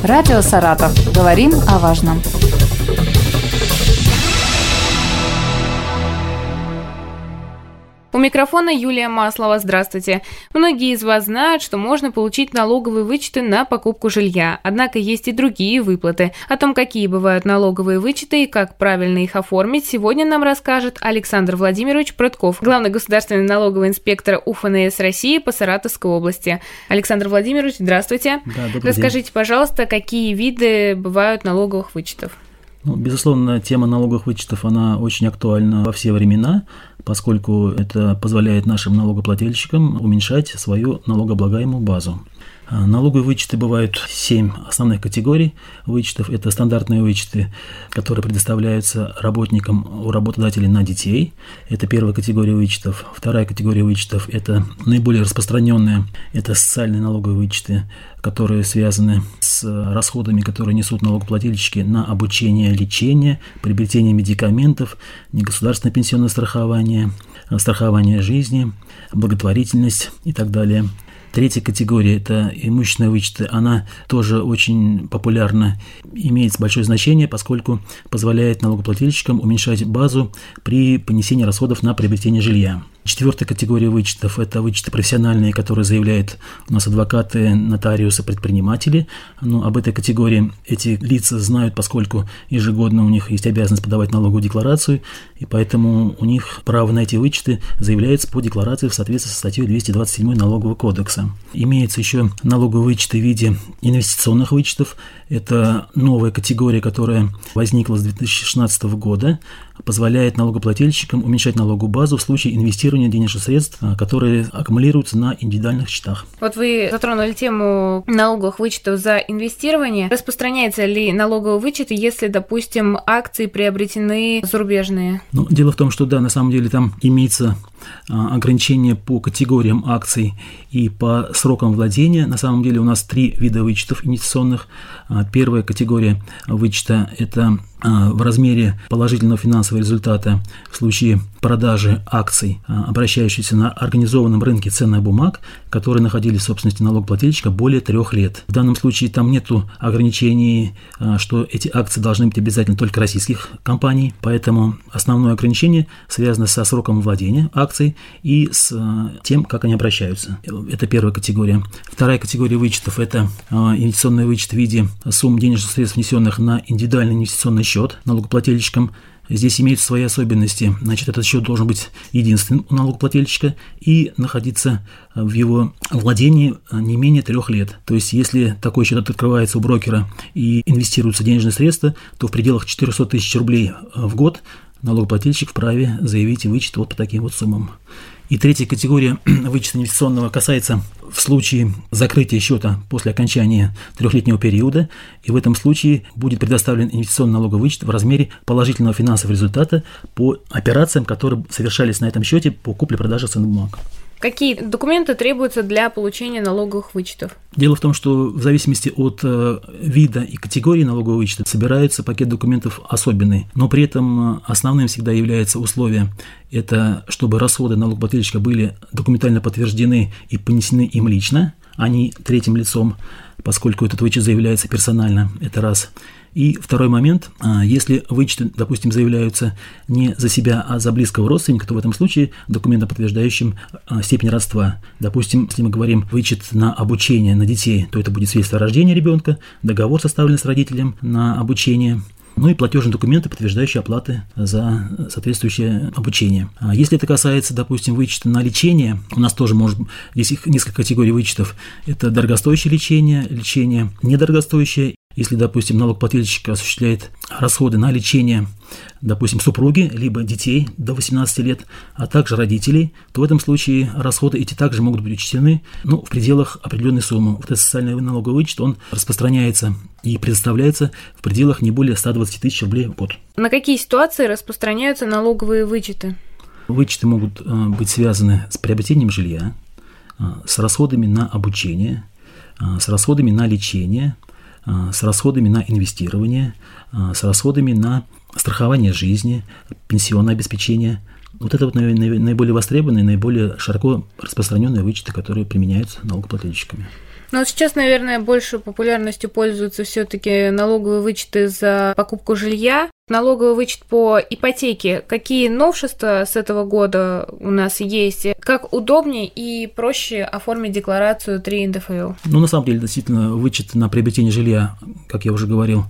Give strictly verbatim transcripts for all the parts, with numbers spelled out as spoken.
Радио «Саратов». Говорим о важном. У микрофона Юлия Маслова. Здравствуйте. Многие из вас знают, что можно получить налоговые вычеты на покупку жилья. Однако есть и другие выплаты. О том, какие бывают налоговые вычеты и как правильно их оформить, сегодня нам расскажет Александр Владимирович Прытков, главный государственный налоговый инспектор УФНС России по Саратовской области. Александр Владимирович, здравствуйте. Да, добрый Расскажите, день. Пожалуйста, какие виды бывают налоговых вычетов? Ну, безусловно, тема налоговых вычетов, она очень актуальна во все времена, поскольку это позволяет нашим налогоплательщикам уменьшать свою налогооблагаемую базу. Налоговые вычеты бывают семь основных категорий вычетов. Это стандартные вычеты, которые предоставляются работникам у работодателей на детей. Это первая категория вычетов. Вторая категория вычетов – это наиболее распространенные. Это социальные налоговые вычеты, которые связаны с расходами, которые несут налогоплательщики на обучение, лечение, приобретение медикаментов, негосударственное пенсионное страхование, страхование жизни, благотворительность и так далее. Третья категория – это имущественные вычеты. Она тоже очень популярна, имеет большое значение, поскольку позволяет налогоплательщикам уменьшать базу при понесении расходов на приобретение жилья. Четвертая категория вычетов – это вычеты профессиональные, которые заявляют у нас адвокаты, нотариусы, предприниматели. Но об этой категории эти лица знают, поскольку ежегодно у них есть обязанность подавать налоговую декларацию, и поэтому у них право на эти вычеты заявляется по декларации в соответствии со статьей двести двадцать семь Налогового кодекса. Имеются еще налоговые вычеты в виде инвестиционных вычетов. Это новая категория, которая возникла с две тысячи шестнадцатого года, позволяет налогоплательщикам уменьшать налоговую базу в случае инвестирования денежных средств, которые аккумулируются на индивидуальных счетах. Вот вы затронули тему налоговых вычетов за инвестирование. Распространяется ли налоговый вычет, если, допустим, акции приобретены зарубежные? Ну, дело в том, что да, на самом деле там имеется ограничение по категориям акций и по срокам владения. На самом деле у нас три вида вычетов инвестиционных. Первая категория вычета – это в размере положительного финансового результата в случае продажи акций, обращающихся на организованном рынке ценных бумаг, которые находились в собственности налогоплательщика более трех лет. В данном случае там нет ограничений, что эти акции должны быть обязательно только российских компаний, поэтому основное ограничение связано со сроком владения акций и с тем, как они обращаются. Это первая категория. Вторая категория вычетов – это инвестиционный вычет в виде сумм денежных средств, внесенных на индивидуальный инвестиционный счет налогоплательщикам. Здесь имеются свои особенности. Значит, этот счет должен быть единственным у налогоплательщика и находиться в его владении не менее трех лет. То есть, если такой счет открывается у брокера и инвестируются денежные средства, то в пределах четыреста тысяч рублей в год налогоплательщик вправе заявить вычет вот по таким вот суммам. И третья категория вычета инвестиционного касается в случае закрытия счета после окончания трехлетнего периода, и в этом случае будет предоставлен инвестиционный налоговый вычет в размере положительного финансового результата по операциям, которые совершались на этом счете по купле-продаже ценных бумаг. Какие документы требуются для получения налоговых вычетов? Дело в том, что в зависимости от э, вида и категории налогового вычета собирается пакет документов особенный, но при этом основным всегда является условие – это чтобы расходы налогоплательщика были документально подтверждены и понесены им лично, а не третьим лицом, поскольку этот вычет заявляется персонально, это раз. И второй момент, если вычеты, допустим, заявляются не за себя, а за близкого родственника, то в этом случае документом, подтверждающим степень родства. Допустим, если мы говорим вычет на обучение на детей, то это будет свидетельство о рождении ребенка, договор, составленный с родителем на обучение, ну и платежные документы, подтверждающие оплаты за соответствующее обучение. А если это касается, допустим, вычета на лечение, у нас тоже может здесь их несколько категорий вычетов. Это дорогостоящее лечение, лечение недорогостоящее. Если, допустим, налогоплательщик осуществляет расходы на лечение, допустим, супруги, либо детей до восемнадцати лет, а также родителей, то в этом случае расходы эти также могут быть учтены, ну, в пределах определенной суммы. Вот этот социальный налоговый вычет, он распространяется и предоставляется в пределах не более ста двадцати тысяч рублей в год. На какие ситуации распространяются налоговые вычеты? Вычеты могут быть связаны с приобретением жилья, с расходами на обучение, с расходами на лечение, с расходами на инвестирование, с расходами на страхование жизни, пенсионное обеспечение. Вот это вот наиболее востребованные, наиболее широко распространенные вычеты, которые применяются налогоплательщиками. Но сейчас, наверное, больше популярностью пользуются все-таки налоговые вычеты за покупку жилья. Налоговый вычет по ипотеке. Какие новшества с этого года у нас есть? Как удобнее и проще оформить декларацию три эн дэ эф эл? Ну, на самом деле, действительно, вычет на приобретение жилья, как я уже говорил,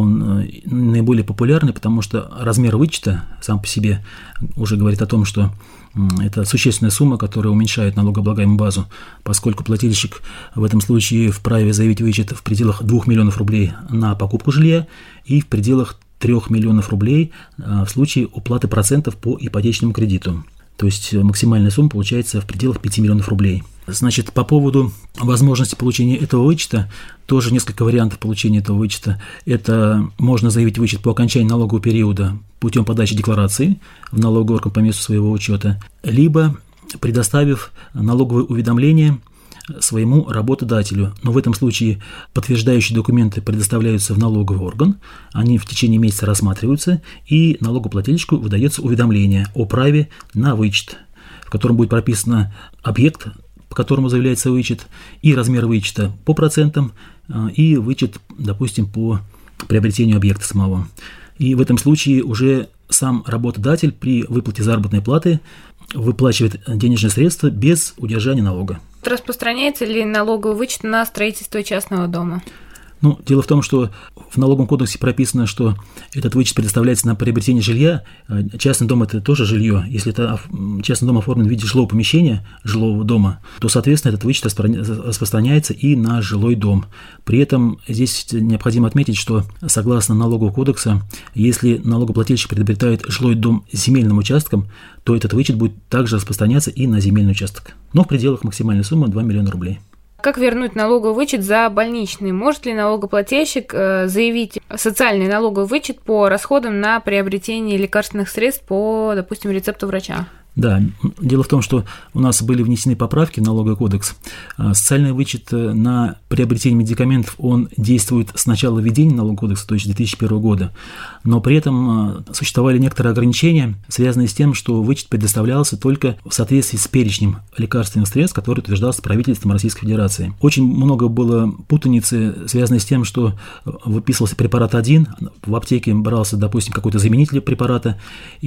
он наиболее популярный, потому что размер вычета сам по себе уже говорит о том, что это существенная сумма, которая уменьшает налогооблагаемую базу, поскольку плательщик в этом случае вправе заявить вычет в пределах двух миллионов рублей на покупку жилья и в пределах трёх миллионов рублей в случае уплаты процентов по ипотечному кредиту. То есть максимальная сумма получается в пределах пяти миллионов рублей. Значит, по поводу возможности получения этого вычета, тоже несколько вариантов получения этого вычета. Это можно заявить вычет по окончании налогового периода путем подачи декларации в налоговый орган по месту своего учета, либо предоставив налоговое уведомление своему работодателю. Но в этом случае подтверждающие документы предоставляются в налоговый орган, они в течение месяца рассматриваются, и налогоплательщику выдается уведомление о праве на вычет, в котором будет прописано объект, по которому заявляется вычет, и размер вычета по процентам, и вычет, допустим, по приобретению объекта самого. И в этом случае уже сам работодатель при выплате заработной платы выплачивает денежные средства без удержания налога. Распространяется ли налоговый вычет на строительство частного дома? Ну, дело в том, что в налоговом кодексе прописано, что этот вычет предоставляется на приобретение жилья. Частный дом – это тоже жилье. Если это частный дом оформлен в виде жилого помещения, жилого дома, то, соответственно, этот вычет распространяется и на жилой дом. При этом здесь необходимо отметить, что согласно налогового кодекса, если налогоплательщик приобретает жилой дом с земельным участком, то этот вычет будет также распространяться и на земельный участок, но в пределах максимальной суммы два миллиона рублей. Как вернуть налоговый вычет за больничный? Может ли налогоплательщик заявить социальный налоговый вычет по расходам на приобретение лекарственных средств по, допустим, рецепту врача? Да, дело в том, что у нас были внесены поправки в налоговый кодекс. Социальный вычет на приобретение медикаментов, он действует с начала введения налогового кодекса, то есть с две тысячи первого года, но при этом существовали некоторые ограничения, связанные с тем, что вычет предоставлялся только в соответствии с перечнем лекарственных средств, который утверждался правительством Российской Федерации. Очень много было путаницы, связанной с тем, что выписывался препарат один, в аптеке брался, допустим, какой-то заменитель препарата,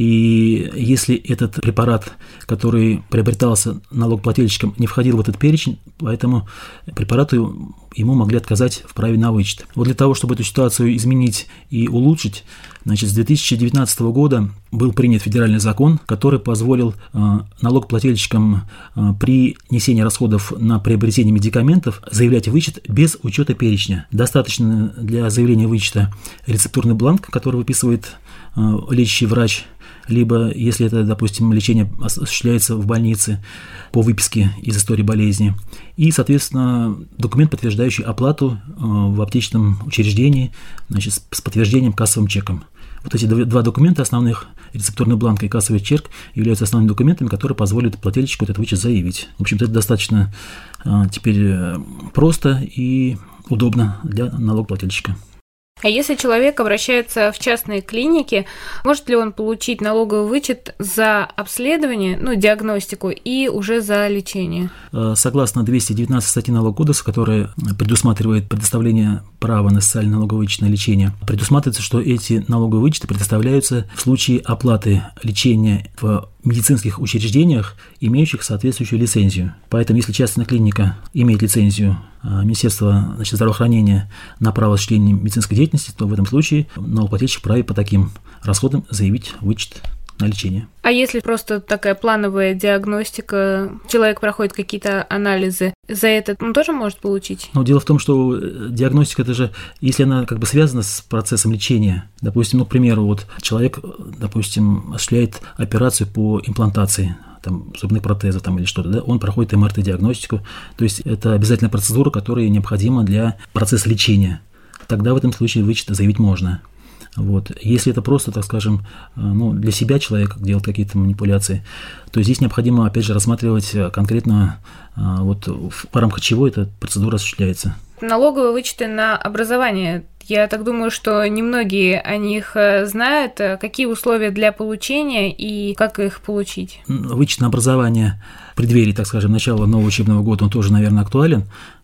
и если этот препарат, который приобретался налогоплательщиком, не входил в этот перечень, поэтому препарату ему могли отказать в праве на вычет. Вот для того, чтобы эту ситуацию изменить и улучшить, значит, с две тысячи девятнадцатого года был принят федеральный закон, который позволил э, налогоплательщикам э, при несении расходов на приобретение медикаментов заявлять вычет без учета перечня. Достаточно для заявления вычета рецептурный бланк, который выписывает э, лечащий врач, либо, если это, допустим, лечение осуществляется в больнице по выписке из истории болезни, и, соответственно, документ, подтверждающий оплату в аптечном учреждении, значит, с подтверждением кассовым чеком. Вот эти два документа основных, рецептурный бланк и кассовый чек, являются основными документами, которые позволят плательщику этот вычет заявить. В общем-то, это достаточно теперь просто и удобно для налогоплательщика. А если человек обращается в частные клиники, может ли он получить налоговый вычет за обследование, ну, диагностику и уже за лечение? Согласно двести девятнадцатой статьи Налогового кодекса, которая предусматривает предоставление права на социальное налоговое вычет на лечение, предусматривается, что эти налоговые вычеты предоставляются в случае оплаты лечения в медицинских учреждениях, имеющих соответствующую лицензию. Поэтому, если частная клиника имеет лицензию Министерства, значит, здравоохранения на право осуществления медицинской деятельности, то в этом случае налогоплательщик вправе по таким расходам заявить вычет на лечение. А если просто такая плановая диагностика, человек проходит какие-то анализы, за это он тоже может получить? Но дело в том, что диагностика, это же, если она как бы связана с процессом лечения, допустим, ну, к примеру, вот человек, допустим, осуществляет операцию по имплантации, там, зубных протезов там, или что-то, да, он проходит эм эр тэ-диагностику, то есть это обязательная процедура, которая необходима для процесса лечения. Тогда в этом случае вычет заявить можно. Вот. Если это просто, так скажем, ну, для себя человек делает какие-то манипуляции, то здесь необходимо, опять же, рассматривать конкретно, вот, в рамках чего эта процедура осуществляется. Налоговые вычеты на образование. Я так думаю, что немногие о них знают. Какие условия для получения и как их получить? Вычет на образование в преддверии, так скажем, начала нового учебного года, он тоже, наверное, актуален,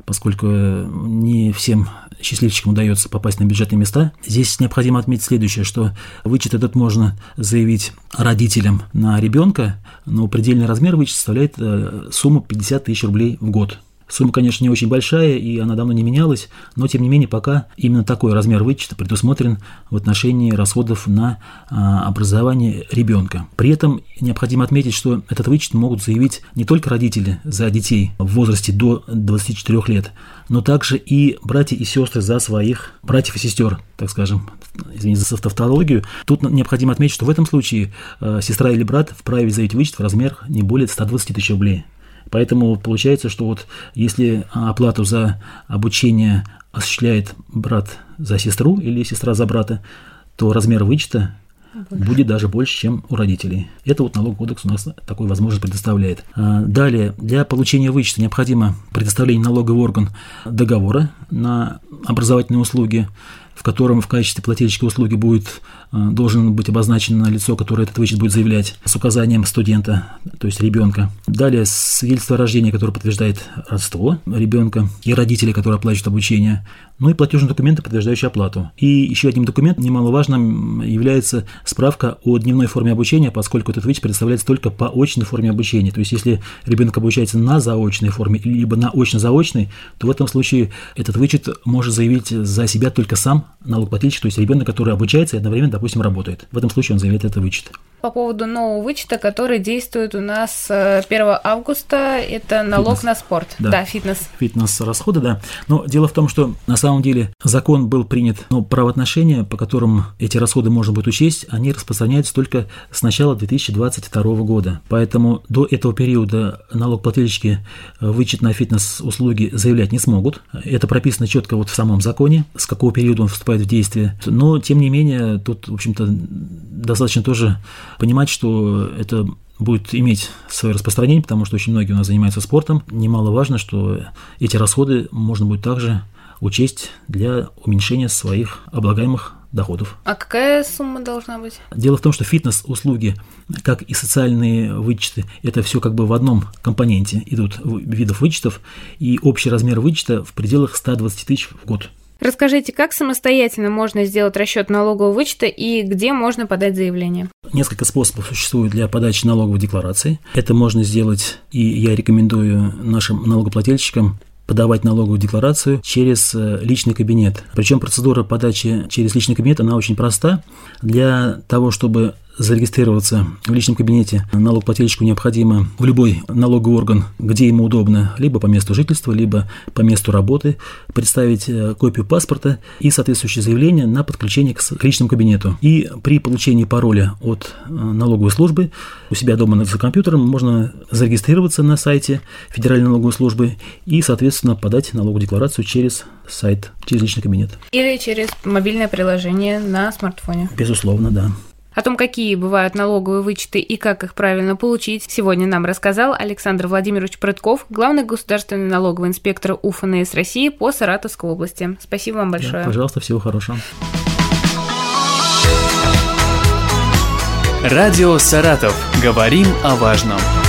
поскольку не всем счастливчикам удается попасть на бюджетные места. Здесь необходимо отметить следующее, что вычет этот можно заявить родителям на ребенка, но предельный размер вычета составляет сумму пятьдесят тысяч рублей в год. Сумма, конечно, не очень большая, и она давно не менялась, но, тем не менее, пока именно такой размер вычета предусмотрен в отношении расходов на а, образование ребенка. При этом необходимо отметить, что этот вычет могут заявить не только родители за детей в возрасте до двадцати четырёх лет, но также и братья и сестры за своих братьев и сестер, так скажем, извините за тавтологию. Тут необходимо отметить, что в этом случае а, сестра или брат вправе заявить вычет в размер не более ста двадцати тысяч рублей. Поэтому получается, что вот если оплату за обучение осуществляет брат за сестру или сестра за брата, то размер вычета больше. Будет даже больше, чем у родителей. Это вот налоговый кодекс у нас такую возможность предоставляет. Далее, для получения вычета необходимо предоставление налоговый орган договора на образовательные услуги, в котором в качестве плательщика услуги будет, должен быть обозначено лицо, которое этот вычет будет заявлять, с указанием студента, то есть ребенка. Далее свидетельство о рождении, которое подтверждает родство ребенка и родители, которые оплачивают обучение. Ну и платежные документы, подтверждающие оплату. И еще одним документом немаловажным является справка о дневной форме обучения, поскольку этот вычет предоставляется только по очной форме обучения. То есть если ребенок обучается на заочной форме, либо на очно-заочной, то в этом случае этот вычет может заявить за себя только сам налогоплательщик, то есть ребенок, который обучается и одновременно, допустим, работает. В этом случае он заявляет этот вычет. По поводу нового вычета, который действует у нас первого августа, это налог фитнес. На спорт. Да, да фитнес. Фитнес-расходы, да. Но дело в том, что на самом деле закон был принят, но правоотношения, по которым эти расходы можно будет учесть, они распространяются только с начала две тысячи двадцать второго года. Поэтому до этого периода налогоплательщики вычет на фитнес-услуги заявлять не смогут. Это прописано четко вот в самом законе, с какого периода он вступает в действие. Но, тем не менее, тут, в общем-то, достаточно тоже понимать, что это будет иметь свое распространение, потому что очень многие у нас занимаются спортом. Немаловажно, что эти расходы можно будет также учесть для уменьшения своих облагаемых доходов. А какая сумма должна быть? Дело в том, что фитнес-услуги, как и социальные вычеты, это все как бы в одном компоненте идут видов вычетов, и общий размер вычета в пределах ста двадцати тысяч в год. Расскажите, как самостоятельно можно сделать расчет налогового вычета и где можно подать заявление? Несколько способов существует для подачи налоговой декларации. Это можно сделать, и я рекомендую нашим налогоплательщикам подавать налоговую декларацию через личный кабинет. Причем процедура подачи через личный кабинет, она очень проста. Для того, чтобы зарегистрироваться в личном кабинете, налогоплательщику необходимо в любой налоговый орган, где ему удобно, либо по месту жительства, либо по месту работы, представить копию паспорта и соответствующее заявление на подключение к личному кабинету. И при получении пароля от налоговой службы у себя дома за компьютером можно зарегистрироваться на сайте Федеральной налоговой службы и, соответственно, подать налоговую декларацию через сайт, через личный кабинет. Или через мобильное приложение на смартфоне. Безусловно, да. О том, какие бывают налоговые вычеты и как их правильно получить, сегодня нам рассказал Александр Владимирович Прытков, главный государственный налоговый инспектор УФНС России по Саратовской области. Спасибо вам большое. Да, пожалуйста, всего хорошего. Радио «Саратов». Говорим о важном.